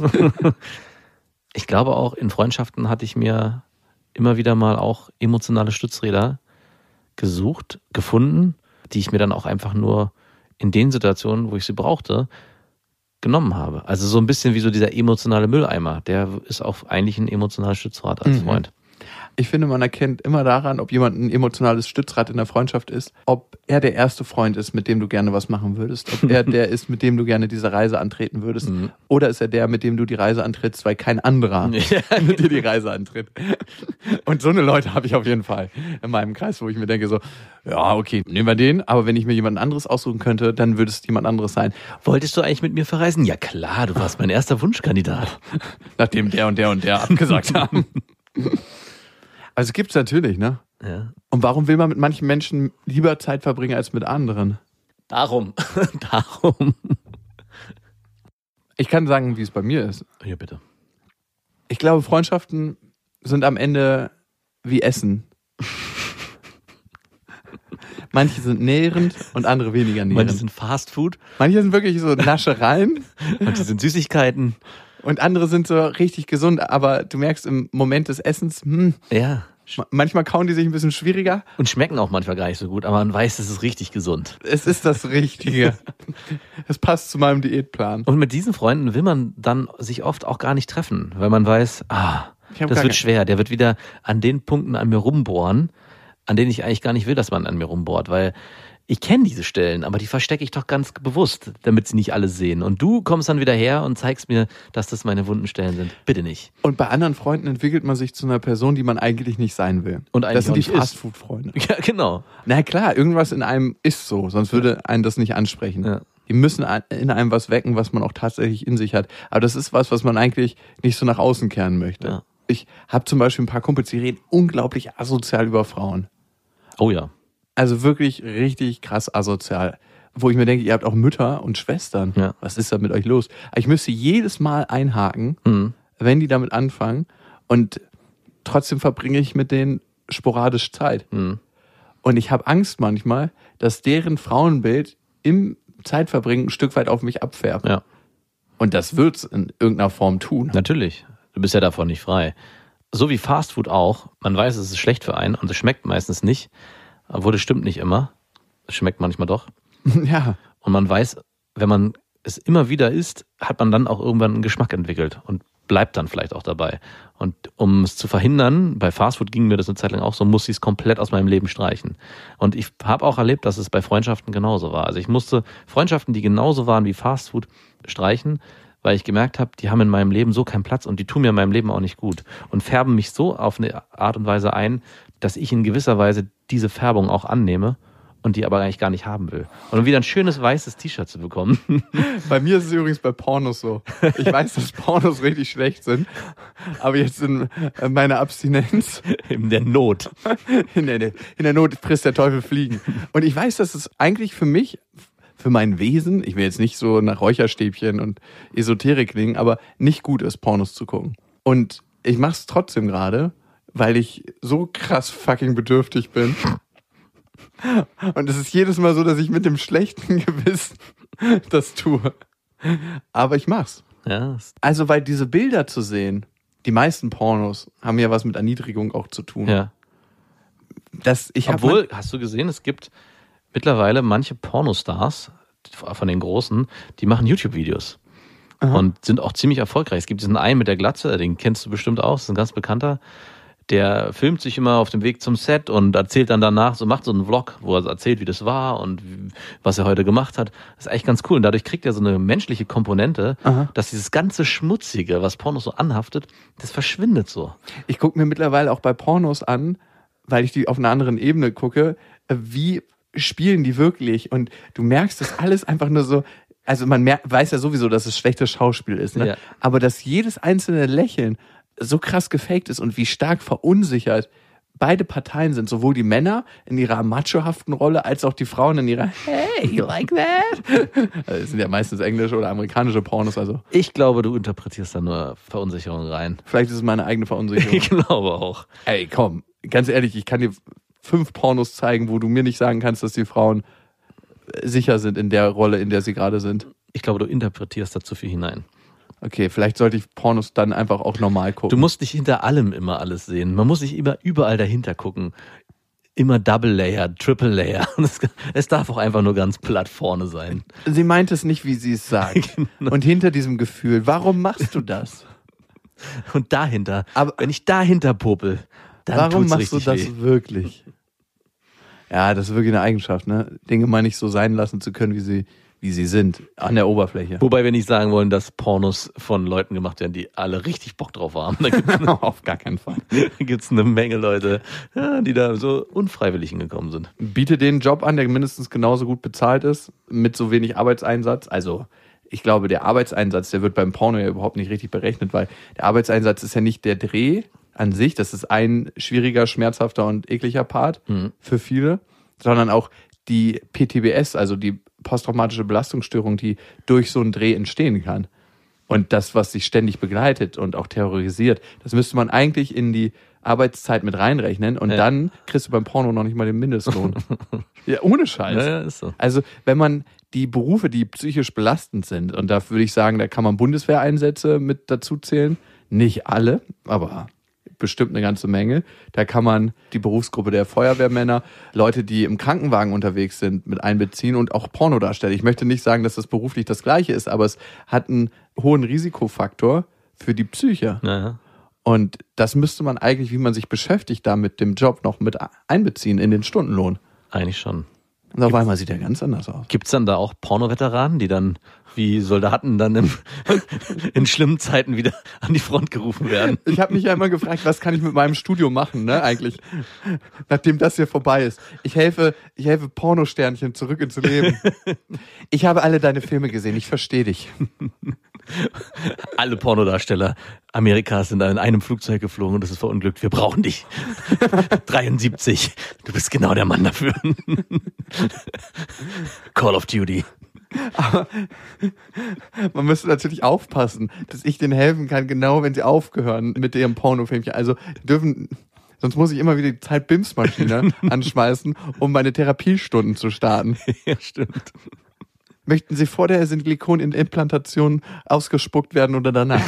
Ich glaube auch, in Freundschaften hatte ich mir immer wieder mal auch emotionale Stützräder gefunden, die ich mir dann auch einfach nur in den Situationen, wo ich sie brauchte, genommen habe. Also so ein bisschen wie so dieser emotionale Mülleimer. Der ist auch eigentlich ein emotionales Stützrad als Freund. Ich finde, man erkennt immer daran, ob jemand ein emotionales Stützrad in der Freundschaft ist, ob er der erste Freund ist, mit dem du gerne was machen würdest, ob er der ist, mit dem du gerne diese Reise antreten würdest, oder ist er der, mit dem du die Reise antrittst, weil kein anderer mit dir die Reise antritt. Und so eine Leute habe ich auf jeden Fall in meinem Kreis, wo ich mir denke so, ja, okay, nehmen wir den, aber wenn ich mir jemand anderes aussuchen könnte, dann würde es jemand anderes sein. Wolltest du eigentlich mit mir verreisen? Ja klar, du warst mein erster Wunschkandidat. Nachdem der und der und der abgesagt haben. Also gibt's natürlich, ne? Ja. Und warum will man mit manchen Menschen lieber Zeit verbringen als mit anderen? Darum. Ich kann sagen, wie es bei mir ist. Ja, bitte. Ich glaube, Freundschaften sind am Ende wie Essen. Manche sind nährend und andere weniger nährend. Manche sind Fastfood. Manche sind wirklich so Naschereien. Manche sind Süßigkeiten. Und andere sind so richtig gesund, aber du merkst im Moment des Essens, Ja. manchmal kauen die sich ein bisschen schwieriger. Und schmecken auch manchmal gar nicht so gut, aber man weiß, es ist richtig gesund. Es ist das Richtige. Es passt zu meinem Diätplan. Und mit diesen Freunden will man dann sich oft auch gar nicht treffen, weil man weiß, das wird schwer. Der wird wieder an den Punkten an mir rumbohren, an denen ich eigentlich gar nicht will, dass man an mir rumbohrt, weil ich kenne diese Stellen, aber die verstecke ich doch ganz bewusst, damit sie nicht alle sehen. Und du kommst dann wieder her und zeigst mir, dass das meine wunden Stellen sind. Bitte nicht. Und bei anderen Freunden entwickelt man sich zu einer Person, die man eigentlich nicht sein will. Und eigentlich das sind die auch nicht ist. Fastfood-Freunde. Ja, genau. Na klar, irgendwas in einem ist so, sonst würde einen das nicht ansprechen. Ja. Die müssen in einem was wecken, was man auch tatsächlich in sich hat. Aber das ist was man eigentlich nicht so nach außen kehren möchte. Ja. Ich habe zum Beispiel ein paar Kumpels, die reden unglaublich asozial über Frauen. Oh ja. Also wirklich richtig krass asozial. Wo ich mir denke, ihr habt auch Mütter und Schwestern. Ja. Was ist da mit euch los? Ich müsste jedes Mal einhaken, wenn die damit anfangen. Und trotzdem verbringe ich mit denen sporadisch Zeit. Und ich habe Angst manchmal, dass deren Frauenbild im Zeitverbringen ein Stück weit auf mich abfärbt. Ja. Und das wird's in irgendeiner Form tun. Natürlich. Du bist ja davon nicht frei. So wie Fastfood auch. Man weiß, es ist schlecht für einen und es schmeckt meistens nicht. Obwohl, das stimmt nicht immer. Es schmeckt manchmal doch. Ja. Und man weiß, wenn man es immer wieder isst, hat man dann auch irgendwann einen Geschmack entwickelt und bleibt dann vielleicht auch dabei. Und um es zu verhindern, bei Fastfood ging mir das eine Zeit lang auch so, muss ich es komplett aus meinem Leben streichen. Und ich habe auch erlebt, dass es bei Freundschaften genauso war. Also ich musste Freundschaften, die genauso waren wie Fastfood, streichen, weil ich gemerkt habe, die haben in meinem Leben so keinen Platz und die tun mir in meinem Leben auch nicht gut und färben mich so auf eine Art und Weise ein, dass ich in gewisser Weise diese Färbung auch annehme und die aber eigentlich gar nicht haben will. Und um wieder ein schönes weißes T-Shirt zu bekommen. Bei mir ist es übrigens bei Pornos so. Ich weiß, dass Pornos richtig schlecht sind, aber jetzt in meiner Abstinenz. In der Not. In der Not frisst der Teufel Fliegen. Und ich weiß, dass es eigentlich für mich, für mein Wesen, ich will jetzt nicht so nach Räucherstäbchen und Esoterik klingen, aber nicht gut ist, Pornos zu gucken. Und ich mach's trotzdem gerade, weil ich so krass fucking bedürftig bin. Und es ist jedes Mal so, dass ich mit dem schlechten Gewissen das tue. Aber ich mach's. Ja. Also, weil diese Bilder zu sehen, die meisten Pornos haben ja was mit Erniedrigung auch zu tun. Ja. Obwohl, hast du gesehen, es gibt mittlerweile manche Pornostars von den Großen, die machen YouTube-Videos. Und sind auch ziemlich erfolgreich. Es gibt diesen einen mit der Glatze, den kennst du bestimmt auch, das ist ein ganz bekannter. Der filmt sich immer auf dem Weg zum Set und erzählt dann danach, macht so einen Vlog, wo er erzählt, wie das war und was er heute gemacht hat. Das ist eigentlich ganz cool. Und dadurch kriegt er so eine menschliche Komponente, dass dieses ganze Schmutzige, was Pornos so anhaftet, das verschwindet so. Ich gucke mir mittlerweile auch bei Pornos an, weil ich die auf einer anderen Ebene gucke, wie spielen die wirklich? Und du merkst, das alles einfach nur so, also man weiß ja sowieso, dass es schlechtes Schauspiel ist, ne? Ja. Aber dass jedes einzelne Lächeln so krass gefaked ist und wie stark verunsichert beide Parteien sind, sowohl die Männer in ihrer machohaften Rolle, als auch die Frauen in ihrer Hey, you like that? Das sind ja meistens englische oder amerikanische Pornos, also. Ich glaube, du interpretierst da nur Verunsicherung rein. Vielleicht ist es meine eigene Verunsicherung. Ich glaube auch. Ey, komm, ganz ehrlich, ich kann dir 5 Pornos zeigen, wo du mir nicht sagen kannst, dass die Frauen sicher sind in der Rolle, in der sie gerade sind. Ich glaube, du interpretierst da zu viel hinein. Okay, vielleicht sollte ich Pornos dann einfach auch normal gucken. Du musst nicht hinter allem immer alles sehen. Man muss nicht immer überall dahinter gucken. Immer Double Layer, Triple Layer. Es darf auch einfach nur ganz platt vorne sein. Sie meint es nicht, wie sie es sagt. Genau. Und hinter diesem Gefühl, warum machst du das? Und dahinter, wenn ich dahinter popel, Dann Warum tut's machst du richtig das weh. wirklich? Ja, das ist wirklich eine Eigenschaft, ne? Dinge mal nicht so sein lassen zu können, wie sie sind, an der Oberfläche. Wobei wir nicht sagen wollen, dass Pornos von Leuten gemacht werden, die alle richtig Bock drauf haben. Da Auf gar keinen Fall. gibt's eine Menge Leute, ja, die da so unfreiwillig hingekommen sind. Biete den Job an, der mindestens genauso gut bezahlt ist, mit so wenig Arbeitseinsatz. Also ich glaube, der Arbeitseinsatz, der wird beim Porno ja überhaupt nicht richtig berechnet, weil der Arbeitseinsatz ist ja nicht der Dreh an sich, das ist ein schwieriger, schmerzhafter und ekliger Part für viele, sondern auch die PTBS, also die posttraumatische Belastungsstörung, die durch so einen Dreh entstehen kann. Und das, was sich ständig begleitet und auch terrorisiert, das müsste man eigentlich in die Arbeitszeit mit reinrechnen und dann kriegst du beim Porno noch nicht mal den Mindestlohn. Ja, ohne Scheiß. Ja, ist so. Also wenn man die Berufe, die psychisch belastend sind, und da würde ich sagen, da kann man Bundeswehreinsätze mit dazu zählen, nicht alle, aber bestimmt eine ganze Menge. Da kann man die Berufsgruppe der Feuerwehrmänner, Leute, die im Krankenwagen unterwegs sind, mit einbeziehen und auch Pornodarsteller. Ich möchte nicht sagen, dass das beruflich das Gleiche ist, aber es hat einen hohen Risikofaktor für die Psyche. Ja. Und das müsste man eigentlich, wie man sich beschäftigt, da mit dem Job noch mit einbeziehen in den Stundenlohn. Eigentlich schon. Und auf einmal sieht er ganz anders aus. Gibt's dann da auch Pornoveteranen, die dann wie Soldaten dann in schlimmen Zeiten wieder an die Front gerufen werden? Ich habe mich ja immer gefragt, was kann ich mit meinem Studio machen, ne, eigentlich, nachdem das hier vorbei ist. Ich helfe Pornosternchen zurück ins Leben. Ich habe alle deine Filme gesehen, ich verstehe dich. Alle Pornodarsteller Amerikas sind in einem Flugzeug geflogen und das ist verunglückt. Wir brauchen dich. 73. Du bist genau der Mann dafür. Call of Duty. Aber man müsste natürlich aufpassen, dass ich denen helfen kann, genau wenn sie aufgehören mit ihrem Pornofilmchen. Also sonst muss ich immer wieder die Zeit-Bims-Maschine anschmeißen, um meine Therapiestunden zu starten. Ja, stimmt. Möchten Sie vor der Silikonimplantation ausgespuckt werden oder danach?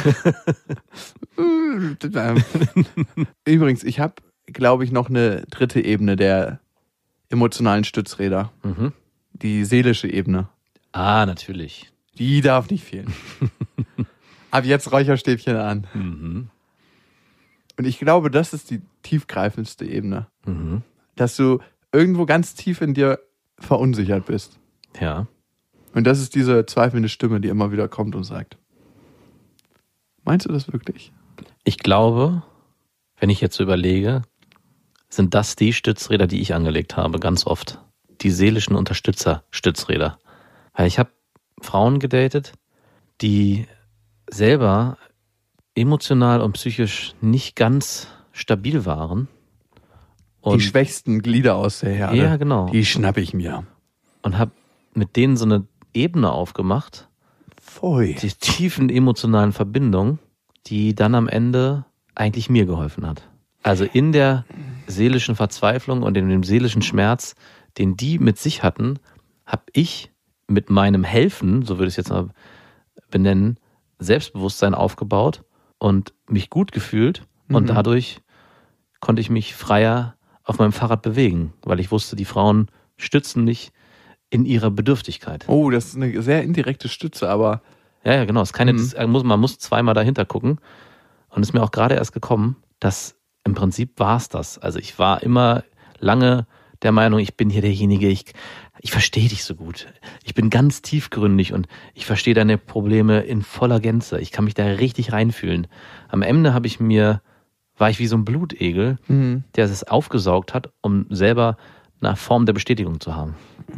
Übrigens, ich habe, glaube ich, noch eine dritte Ebene der emotionalen Stützräder. Die seelische Ebene. Ah, natürlich. Die darf nicht fehlen. Ab jetzt Räucherstäbchen an. Und ich glaube, das ist die tiefgreifendste Ebene. Dass du irgendwo ganz tief in dir verunsichert bist. Ja. Und das ist diese zweifelnde Stimme, die immer wieder kommt und sagt: Meinst du das wirklich? Ich glaube, wenn ich jetzt so überlege, sind das die Stützräder, die ich angelegt habe, ganz oft. Die seelischen Unterstützer-Stützräder. Weil ich habe Frauen gedatet, die selber emotional und psychisch nicht ganz stabil waren. Und die schwächsten Glieder aus der Herde. Ja, genau. Die schnappe ich mir. Und habe mit denen so eine Ebene aufgemacht, Pfui. die tiefen emotionalen Verbindung, die dann am Ende eigentlich mir geholfen hat. Also in der seelischen Verzweiflung und in dem seelischen Schmerz, den die mit sich hatten, habe ich mit meinem Helfen, so würde ich es jetzt mal benennen, Selbstbewusstsein aufgebaut und mich gut gefühlt und dadurch konnte ich mich freier auf meinem Fahrrad bewegen, weil ich wusste, die Frauen stützen mich in ihrer Bedürftigkeit. Oh, das ist eine sehr indirekte Stütze, aber Ja, genau. Es ist keine, man muss zweimal dahinter gucken. Und es ist mir auch gerade erst gekommen, dass im Prinzip war es das. Also ich war immer lange der Meinung, ich bin hier derjenige, ich verstehe dich so gut. Ich bin ganz tiefgründig und ich verstehe deine Probleme in voller Gänze. Ich kann mich da richtig reinfühlen. Am Ende war ich wie so ein Blutegel, der es aufgesaugt hat, um selber eine Form der Bestätigung zu haben.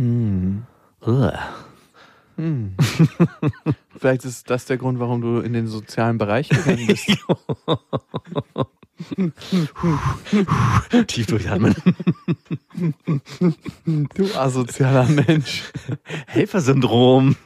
vielleicht ist das der Grund, warum du in den sozialen Bereich gegangen bist. Tief durchatmen. Du asozialer Mensch. Helfersyndrom.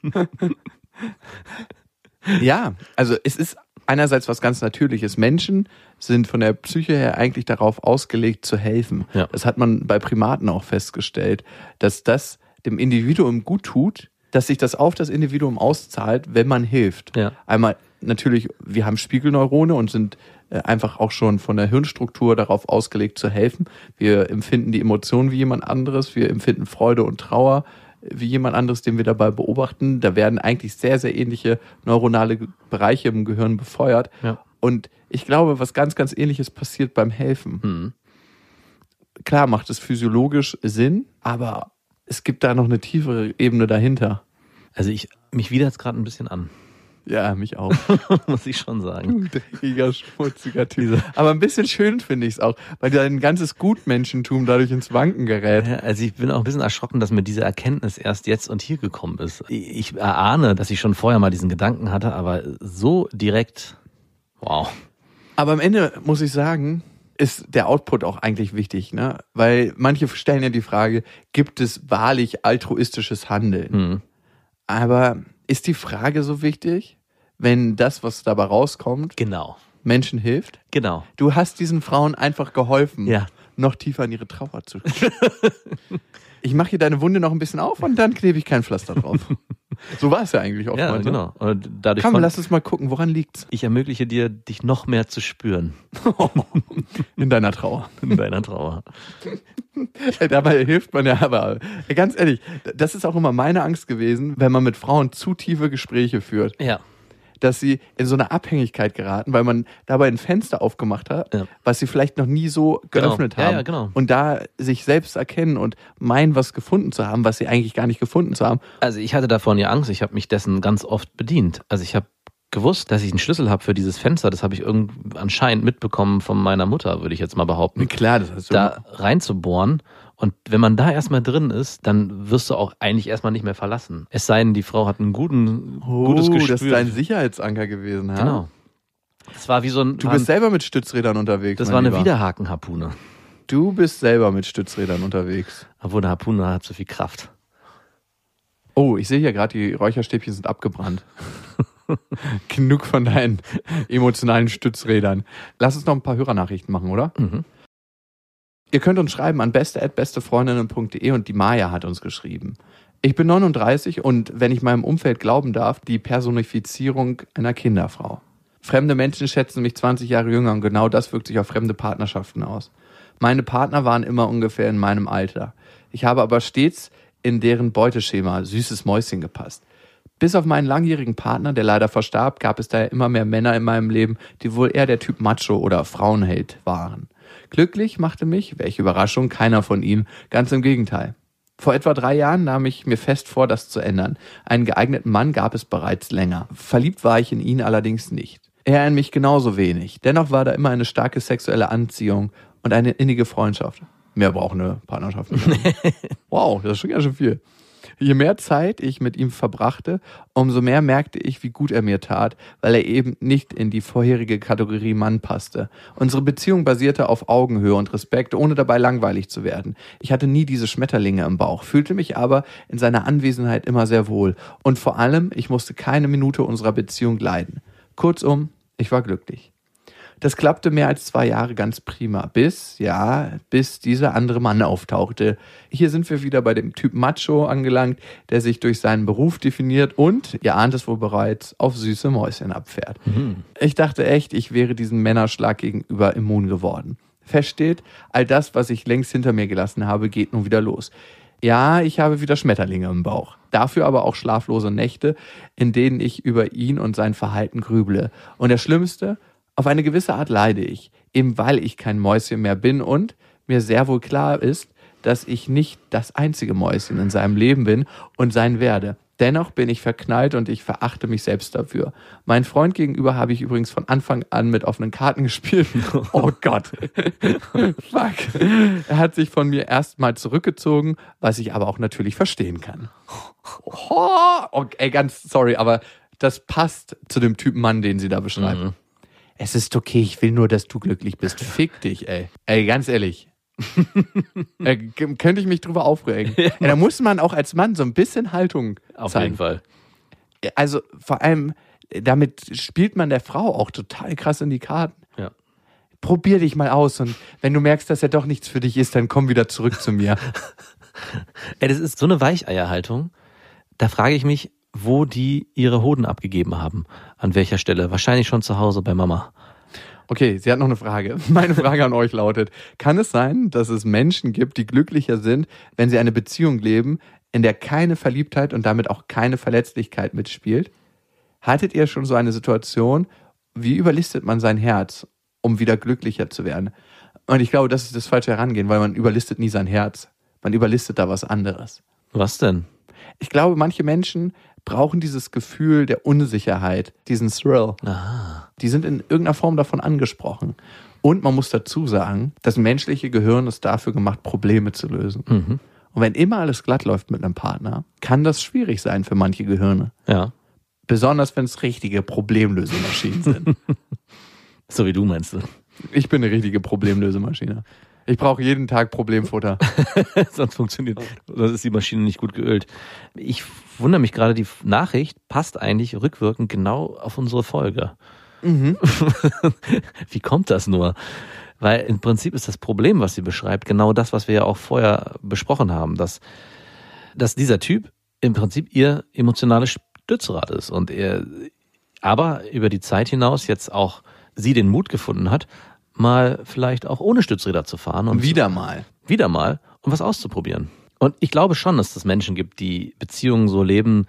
Ja, also es ist einerseits was ganz Natürliches. Menschen sind von der Psyche her eigentlich darauf ausgelegt, zu helfen. Ja. Das hat man bei Primaten auch festgestellt, dass das dem Individuum gut tut, dass sich das auf das Individuum auszahlt, wenn man hilft. Ja. Einmal natürlich, wir haben Spiegelneurone und sind einfach auch schon von der Hirnstruktur darauf ausgelegt zu helfen. Wir empfinden die Emotionen wie jemand anderes, wir empfinden Freude und Trauer wie jemand anderes, den wir dabei beobachten. Da werden eigentlich sehr, sehr ähnliche neuronale Bereiche im Gehirn befeuert. Ja. Und ich glaube, was ganz, ganz Ähnliches passiert beim Helfen. Klar macht es physiologisch Sinn, aber es gibt da noch eine tiefere Ebene dahinter. Also mich widert es gerade ein bisschen an. Ja, mich auch. Muss ich schon sagen. Du dreckiger, schmutziger Typ. Aber ein bisschen schön finde ich es auch, weil dein ganzes Gutmenschentum dadurch ins Wanken gerät. Ja, also ich bin auch ein bisschen erschrocken, dass mir diese Erkenntnis erst jetzt und hier gekommen ist. Ich erahne, dass ich schon vorher mal diesen Gedanken hatte, aber so direkt, wow. Aber am Ende muss ich sagen, ist der Output auch eigentlich wichtig, ne? Weil manche stellen ja die Frage, gibt es wahrlich altruistisches Handeln? Aber ist die Frage so wichtig, wenn das, was dabei rauskommt, genau, Menschen hilft? Genau. Du hast diesen Frauen einfach geholfen, ja, noch tiefer in ihre Trauer zu gehen. Ich mache hier deine Wunde noch ein bisschen auf und dann klebe ich kein Pflaster drauf. So war es ja eigentlich auch mal. Ja, genau. Und dadurch Komm, lass uns mal gucken, woran liegt's? Ich ermögliche dir, dich noch mehr zu spüren. In deiner Trauer. In deiner Trauer. Dabei hilft man ja aber. Ganz ehrlich, das ist auch immer meine Angst gewesen, wenn man mit Frauen zu tiefe Gespräche führt. Ja. Dass sie in so eine Abhängigkeit geraten, weil man dabei ein Fenster aufgemacht hat, was sie vielleicht noch nie so geöffnet haben. Ja, genau. Und da sich selbst erkennen und meinen, was gefunden zu haben, was sie eigentlich gar nicht gefunden zu haben. Also ich hatte davon ja Angst, ich habe mich dessen ganz oft bedient. Also ich habe gewusst, dass ich einen Schlüssel habe für dieses Fenster, das habe ich anscheinend mitbekommen von meiner Mutter, würde ich jetzt mal behaupten. Klar, das hast du. Da reinzubohren. Und wenn man da erstmal drin ist, dann wirst du auch eigentlich erstmal nicht mehr verlassen. Es sei denn, die Frau hat ein gutes Gespür. Das ist dein Sicherheitsanker gewesen, ja? Genau. Das war wie so ein... Du bist selber mit Stützrädern unterwegs. Das war eine Widerhakenharpune. Du bist selber mit Stützrädern unterwegs. Obwohl eine Harpune hat so viel Kraft. Oh, ich sehe hier gerade, die Räucherstäbchen sind abgebrannt. Genug von deinen emotionalen Stützrädern. Lass uns noch ein paar Hörernachrichten machen, oder? Ihr könnt uns schreiben an beste@bestefreundinnen.de und die Maya hat uns geschrieben. Ich bin 39 und, wenn ich meinem Umfeld glauben darf, die Personifizierung einer Kinderfrau. Fremde Menschen schätzen mich 20 Jahre jünger und genau das wirkt sich auf fremde Partnerschaften aus. Meine Partner waren immer ungefähr in meinem Alter. Ich habe aber stets in deren Beuteschema süßes Mäuschen gepasst. Bis auf meinen langjährigen Partner, der leider verstarb, gab es daher immer mehr Männer in meinem Leben, die wohl eher der Typ Macho oder Frauenheld waren. Glücklich machte mich, welche Überraschung, keiner von ihnen, ganz im Gegenteil. Vor etwa 3 Jahren nahm ich mir fest vor, das zu ändern. Einen geeigneten Mann gab es bereits länger. Verliebt war ich in ihn allerdings nicht. Er in mich genauso wenig. Dennoch war da immer eine starke sexuelle Anziehung und eine innige Freundschaft. Mehr braucht eine Partnerschaft nicht. Wow, das ist schon ganz schön viel. Je mehr Zeit ich mit ihm verbrachte, umso mehr merkte ich, wie gut er mir tat, weil er eben nicht in die vorherige Kategorie Mann passte. Unsere Beziehung basierte auf Augenhöhe und Respekt, ohne dabei langweilig zu werden. Ich hatte nie diese Schmetterlinge im Bauch, fühlte mich aber in seiner Anwesenheit immer sehr wohl. Und vor allem, ich musste keine Minute unserer Beziehung leiden. Kurzum, ich war glücklich. Das klappte mehr als 2 Jahre ganz prima, bis dieser andere Mann auftauchte. Hier sind wir wieder bei dem Typ Macho angelangt, der sich durch seinen Beruf definiert und, ihr ahnt es wohl bereits, auf süße Mäuschen abfährt. Ich dachte echt, ich wäre diesem Männerschlag gegenüber immun geworden. Fest steht, all das, was ich längst hinter mir gelassen habe, geht nun wieder los. Ja, ich habe wieder Schmetterlinge im Bauch. Dafür aber auch schlaflose Nächte, in denen ich über ihn und sein Verhalten grüble. Und das Schlimmste: auf eine gewisse Art leide ich, eben weil ich kein Mäuschen mehr bin und mir sehr wohl klar ist, dass ich nicht das einzige Mäuschen in seinem Leben bin und sein werde. Dennoch bin ich verknallt und ich verachte mich selbst dafür. Mein Freund gegenüber habe ich übrigens von Anfang an mit offenen Karten gespielt. Oh Gott. Fuck. Er hat sich von mir erstmal zurückgezogen, was ich aber auch natürlich verstehen kann. Okay, ganz sorry, aber das passt zu dem Typen Mann, den sie da beschreiben. Es ist okay, ich will nur, dass du glücklich bist. Fick dich, ey. Ey, ganz ehrlich. Könnte ich mich drüber aufregen. Ja, da muss man auch als Mann so ein bisschen Haltung zeigen. Auf jeden Fall. Also vor allem, damit spielt man der Frau auch total krass in die Karten. Ja. Probier dich mal aus und wenn du merkst, dass er doch nichts für dich ist, dann komm wieder zurück zu mir. Ey, das ist so eine Weicheierhaltung. Da frage ich mich, wo die ihre Hoden abgegeben haben. An welcher Stelle? Wahrscheinlich schon zu Hause bei Mama. Okay, sie hat noch eine Frage. Meine Frage an euch lautet: Kann es sein, dass es Menschen gibt, die glücklicher sind, wenn sie eine Beziehung leben, in der keine Verliebtheit und damit auch keine Verletzlichkeit mitspielt? Hattet ihr schon so eine Situation wie überlistet man sein Herz, um wieder glücklicher zu werden? Und ich glaube, das ist das falsche Herangehen, weil man überlistet nie sein Herz. Man überlistet da was anderes. Was denn? Ich glaube, manche Menschen brauchen dieses Gefühl der Unsicherheit, diesen Thrill. Aha. Die sind in irgendeiner Form davon angesprochen. Und man muss dazu sagen, das menschliche Gehirn ist dafür gemacht, Probleme zu lösen. Mhm. Und wenn immer alles glatt läuft mit einem Partner, kann das schwierig sein für manche Gehirne. Ja. Besonders, wenn es richtige Problemlösemaschinen sind. So wie du meinst du. Ich bin eine richtige Problemlösemaschine. Ich brauche jeden Tag Problemfutter. Sonst ist die Maschine nicht gut geölt. Ich wundere mich gerade, die Nachricht passt eigentlich rückwirkend genau auf unsere Folge. Mhm. Wie kommt das nur? Weil im Prinzip ist das Problem, was sie beschreibt, genau das, was wir ja auch vorher besprochen haben, dass dieser Typ im Prinzip ihr emotionales Stützrad ist und er aber über die Zeit hinaus jetzt auch sie den Mut gefunden hat, mal vielleicht auch ohne Stützräder zu fahren. Und Wieder mal, um was auszuprobieren. Und ich glaube schon, dass es Menschen gibt, die Beziehungen so leben,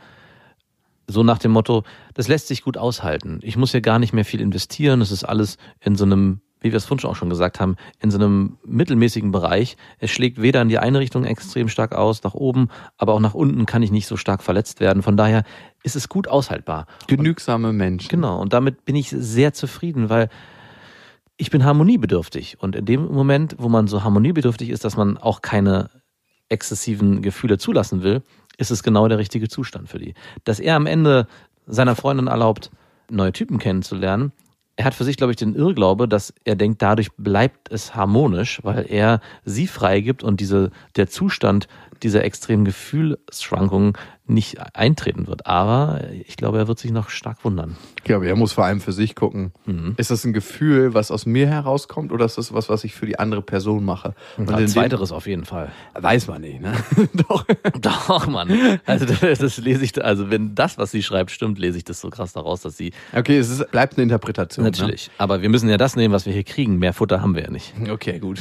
so nach dem Motto, das lässt sich gut aushalten. Ich muss hier gar nicht mehr viel investieren. Es ist alles in so einem, wie wir es vorhin auch schon gesagt haben, in so einem mittelmäßigen Bereich. Es schlägt weder in die eine Richtung extrem stark aus, nach oben, aber auch nach unten kann ich nicht so stark verletzt werden. Von daher ist es gut aushaltbar. genügsame Menschen. Genau, und damit bin ich sehr zufrieden, weil ich bin harmoniebedürftig. Und in dem Moment, wo man so harmoniebedürftig ist, dass man auch keine exzessiven Gefühle zulassen will, ist es genau der richtige Zustand für die. Dass er am Ende seiner Freundin erlaubt, neue Typen kennenzulernen, er hat für sich, glaube ich, den Irrglaube, dass er denkt, dadurch bleibt es harmonisch, weil er sie freigibt und der Zustand dieser extremen Gefühlsschwankungen nicht eintreten wird. Aber ich glaube, er wird sich noch stark wundern. Ich glaube, er muss vor allem für sich gucken. Ist das ein Gefühl, was aus mir herauskommt, oder ist das was ich für die andere Person mache? Und Ja, zweiteres auf jeden Fall. Weiß man nicht, ne? Doch. Doch, Mann. Also das lese ich, also wenn das, was sie schreibt, stimmt, lese ich das so krass daraus, dass sie... Okay, bleibt eine Interpretation. Natürlich. Aber wir müssen ja das nehmen, was wir hier kriegen. Mehr Futter haben wir ja nicht. Ne? Okay, gut.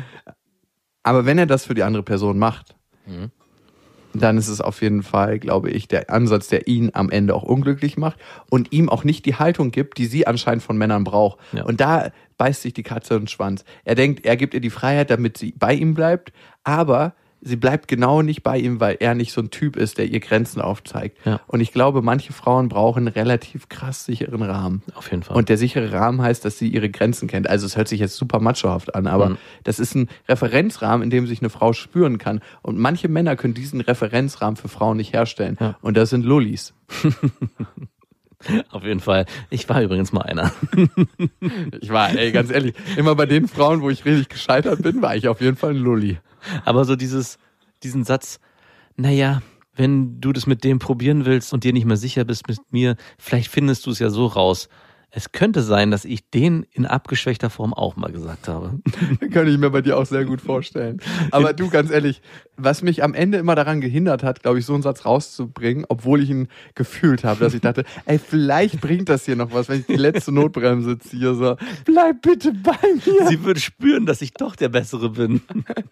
Aber wenn er das für die andere Person macht, dann ist es auf jeden Fall, glaube ich, der Ansatz, der ihn am Ende auch unglücklich macht und ihm auch nicht die Haltung gibt, die sie anscheinend von Männern braucht. Ja. Und da beißt sich die Katze in den Schwanz. Er denkt, er gibt ihr die Freiheit, damit sie bei ihm bleibt, aber sie bleibt genau nicht bei ihm, weil er nicht so ein Typ ist, der ihr Grenzen aufzeigt. Ja. Und ich glaube, manche Frauen brauchen einen relativ krass sicheren Rahmen. Auf jeden Fall. Und der sichere Rahmen heißt, dass sie ihre Grenzen kennt. Also es hört sich jetzt super machohaft an, aber das ist ein Referenzrahmen, in dem sich eine Frau spüren kann. Und manche Männer können diesen Referenzrahmen für Frauen nicht herstellen. Ja. Und das sind Lullis. Auf jeden Fall. Ich war übrigens mal einer. Ich war, ganz ehrlich, immer bei den Frauen, wo ich richtig gescheitert bin, war ich auf jeden Fall ein Lulli. Aber so diesen Satz, naja, wenn du das mit dem probieren willst und dir nicht mehr sicher bist mit mir, vielleicht findest du es ja so raus. Es könnte sein, dass ich den in abgeschwächter Form auch mal gesagt habe. Könnte ich mir bei dir auch sehr gut vorstellen. Aber du, ganz ehrlich, was mich am Ende immer daran gehindert hat, glaube ich, so einen Satz rauszubringen, obwohl ich ihn gefühlt habe, dass ich dachte, vielleicht bringt das hier noch was, wenn ich die letzte Notbremse ziehe, so, bleib bitte bei mir. Sie würde spüren, dass ich doch der Bessere bin.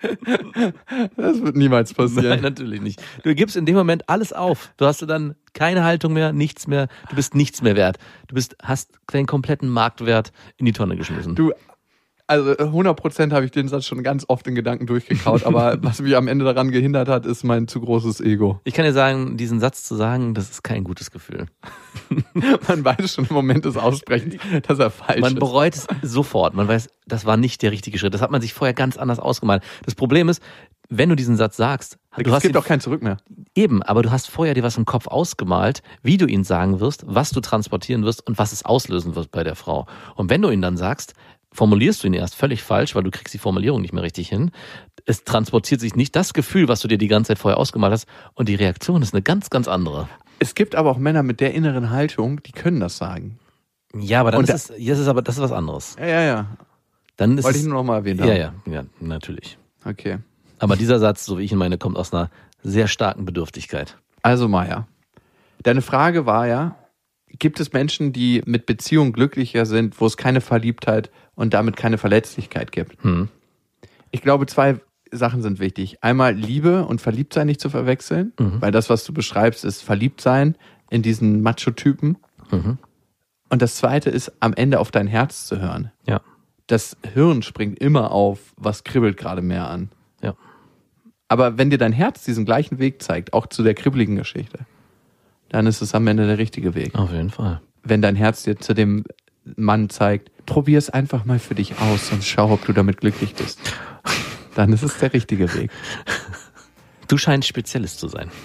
Das wird niemals passieren. Nein, natürlich nicht. Du gibst in dem Moment alles auf. Du hast dann keine Haltung mehr, nichts mehr. Du bist nichts mehr wert. Hast deinen kompletten Marktwert in die Tonne geschmissen. Also 100% habe ich den Satz schon ganz oft in Gedanken durchgekaut, aber was mich am Ende daran gehindert hat, ist mein zu großes Ego. Ich kann dir sagen, diesen Satz zu sagen, das ist kein gutes Gefühl. Man weiß schon im Moment des Aussprechens, dass er falsch ist. Man bereut es sofort. Man weiß, das war nicht der richtige Schritt. Das hat man sich vorher ganz anders ausgemalt. Das Problem ist, wenn du diesen Satz sagst, es gibt doch kein Zurück mehr. Eben, aber du hast vorher dir was im Kopf ausgemalt, wie du ihn sagen wirst, was du transportieren wirst und was es auslösen wird bei der Frau. Und wenn du ihn dann sagst, formulierst du ihn erst völlig falsch, weil du kriegst die Formulierung nicht mehr richtig hin. Es transportiert sich nicht das Gefühl, was du dir die ganze Zeit vorher ausgemalt hast, und die Reaktion ist eine ganz, ganz andere. Es gibt aber auch Männer mit der inneren Haltung, die können das sagen. Ja, aber das ist was anderes. Ja. Dann ist Wollte ich nur noch mal erwähnt haben. Ja, natürlich. Okay. Aber dieser Satz, so wie ich ihn meine, kommt aus einer sehr starken Bedürftigkeit. Also Maja, deine Frage war ja, gibt es Menschen, die mit Beziehungen glücklicher sind, wo es keine Verliebtheit und damit keine Verletzlichkeit gibt? Ich glaube, 2 Sachen sind wichtig. Einmal Liebe und Verliebtsein nicht zu verwechseln, weil das, was du beschreibst, ist Verliebtsein in diesen Macho-Typen. Und das Zweite ist, am Ende auf dein Herz zu hören. Ja. Das Hirn springt immer auf, was kribbelt gerade mehr an. Ja. Aber wenn dir dein Herz diesen gleichen Weg zeigt, auch zu der kribbeligen Geschichte, dann ist es am Ende der richtige Weg. Auf jeden Fall. Wenn dein Herz dir zu dem Mann zeigt, probier es einfach mal für dich aus und schau, ob du damit glücklich bist. Dann ist es der richtige Weg. Du scheinst Spezialist zu sein.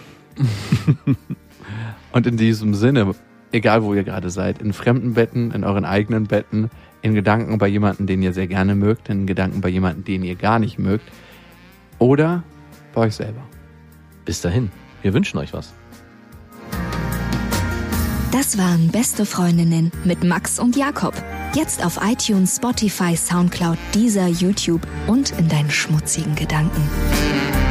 Und in diesem Sinne, egal wo ihr gerade seid, in fremden Betten, in euren eigenen Betten, in Gedanken bei jemandem, den ihr sehr gerne mögt, in Gedanken bei jemandem, den ihr gar nicht mögt, oder bei euch selber. Bis dahin, wir wünschen euch was. Das waren Beste Freundinnen mit Max und Jakob. Jetzt auf iTunes, Spotify, Soundcloud, Deezer, YouTube und in deinen schmutzigen Gedanken.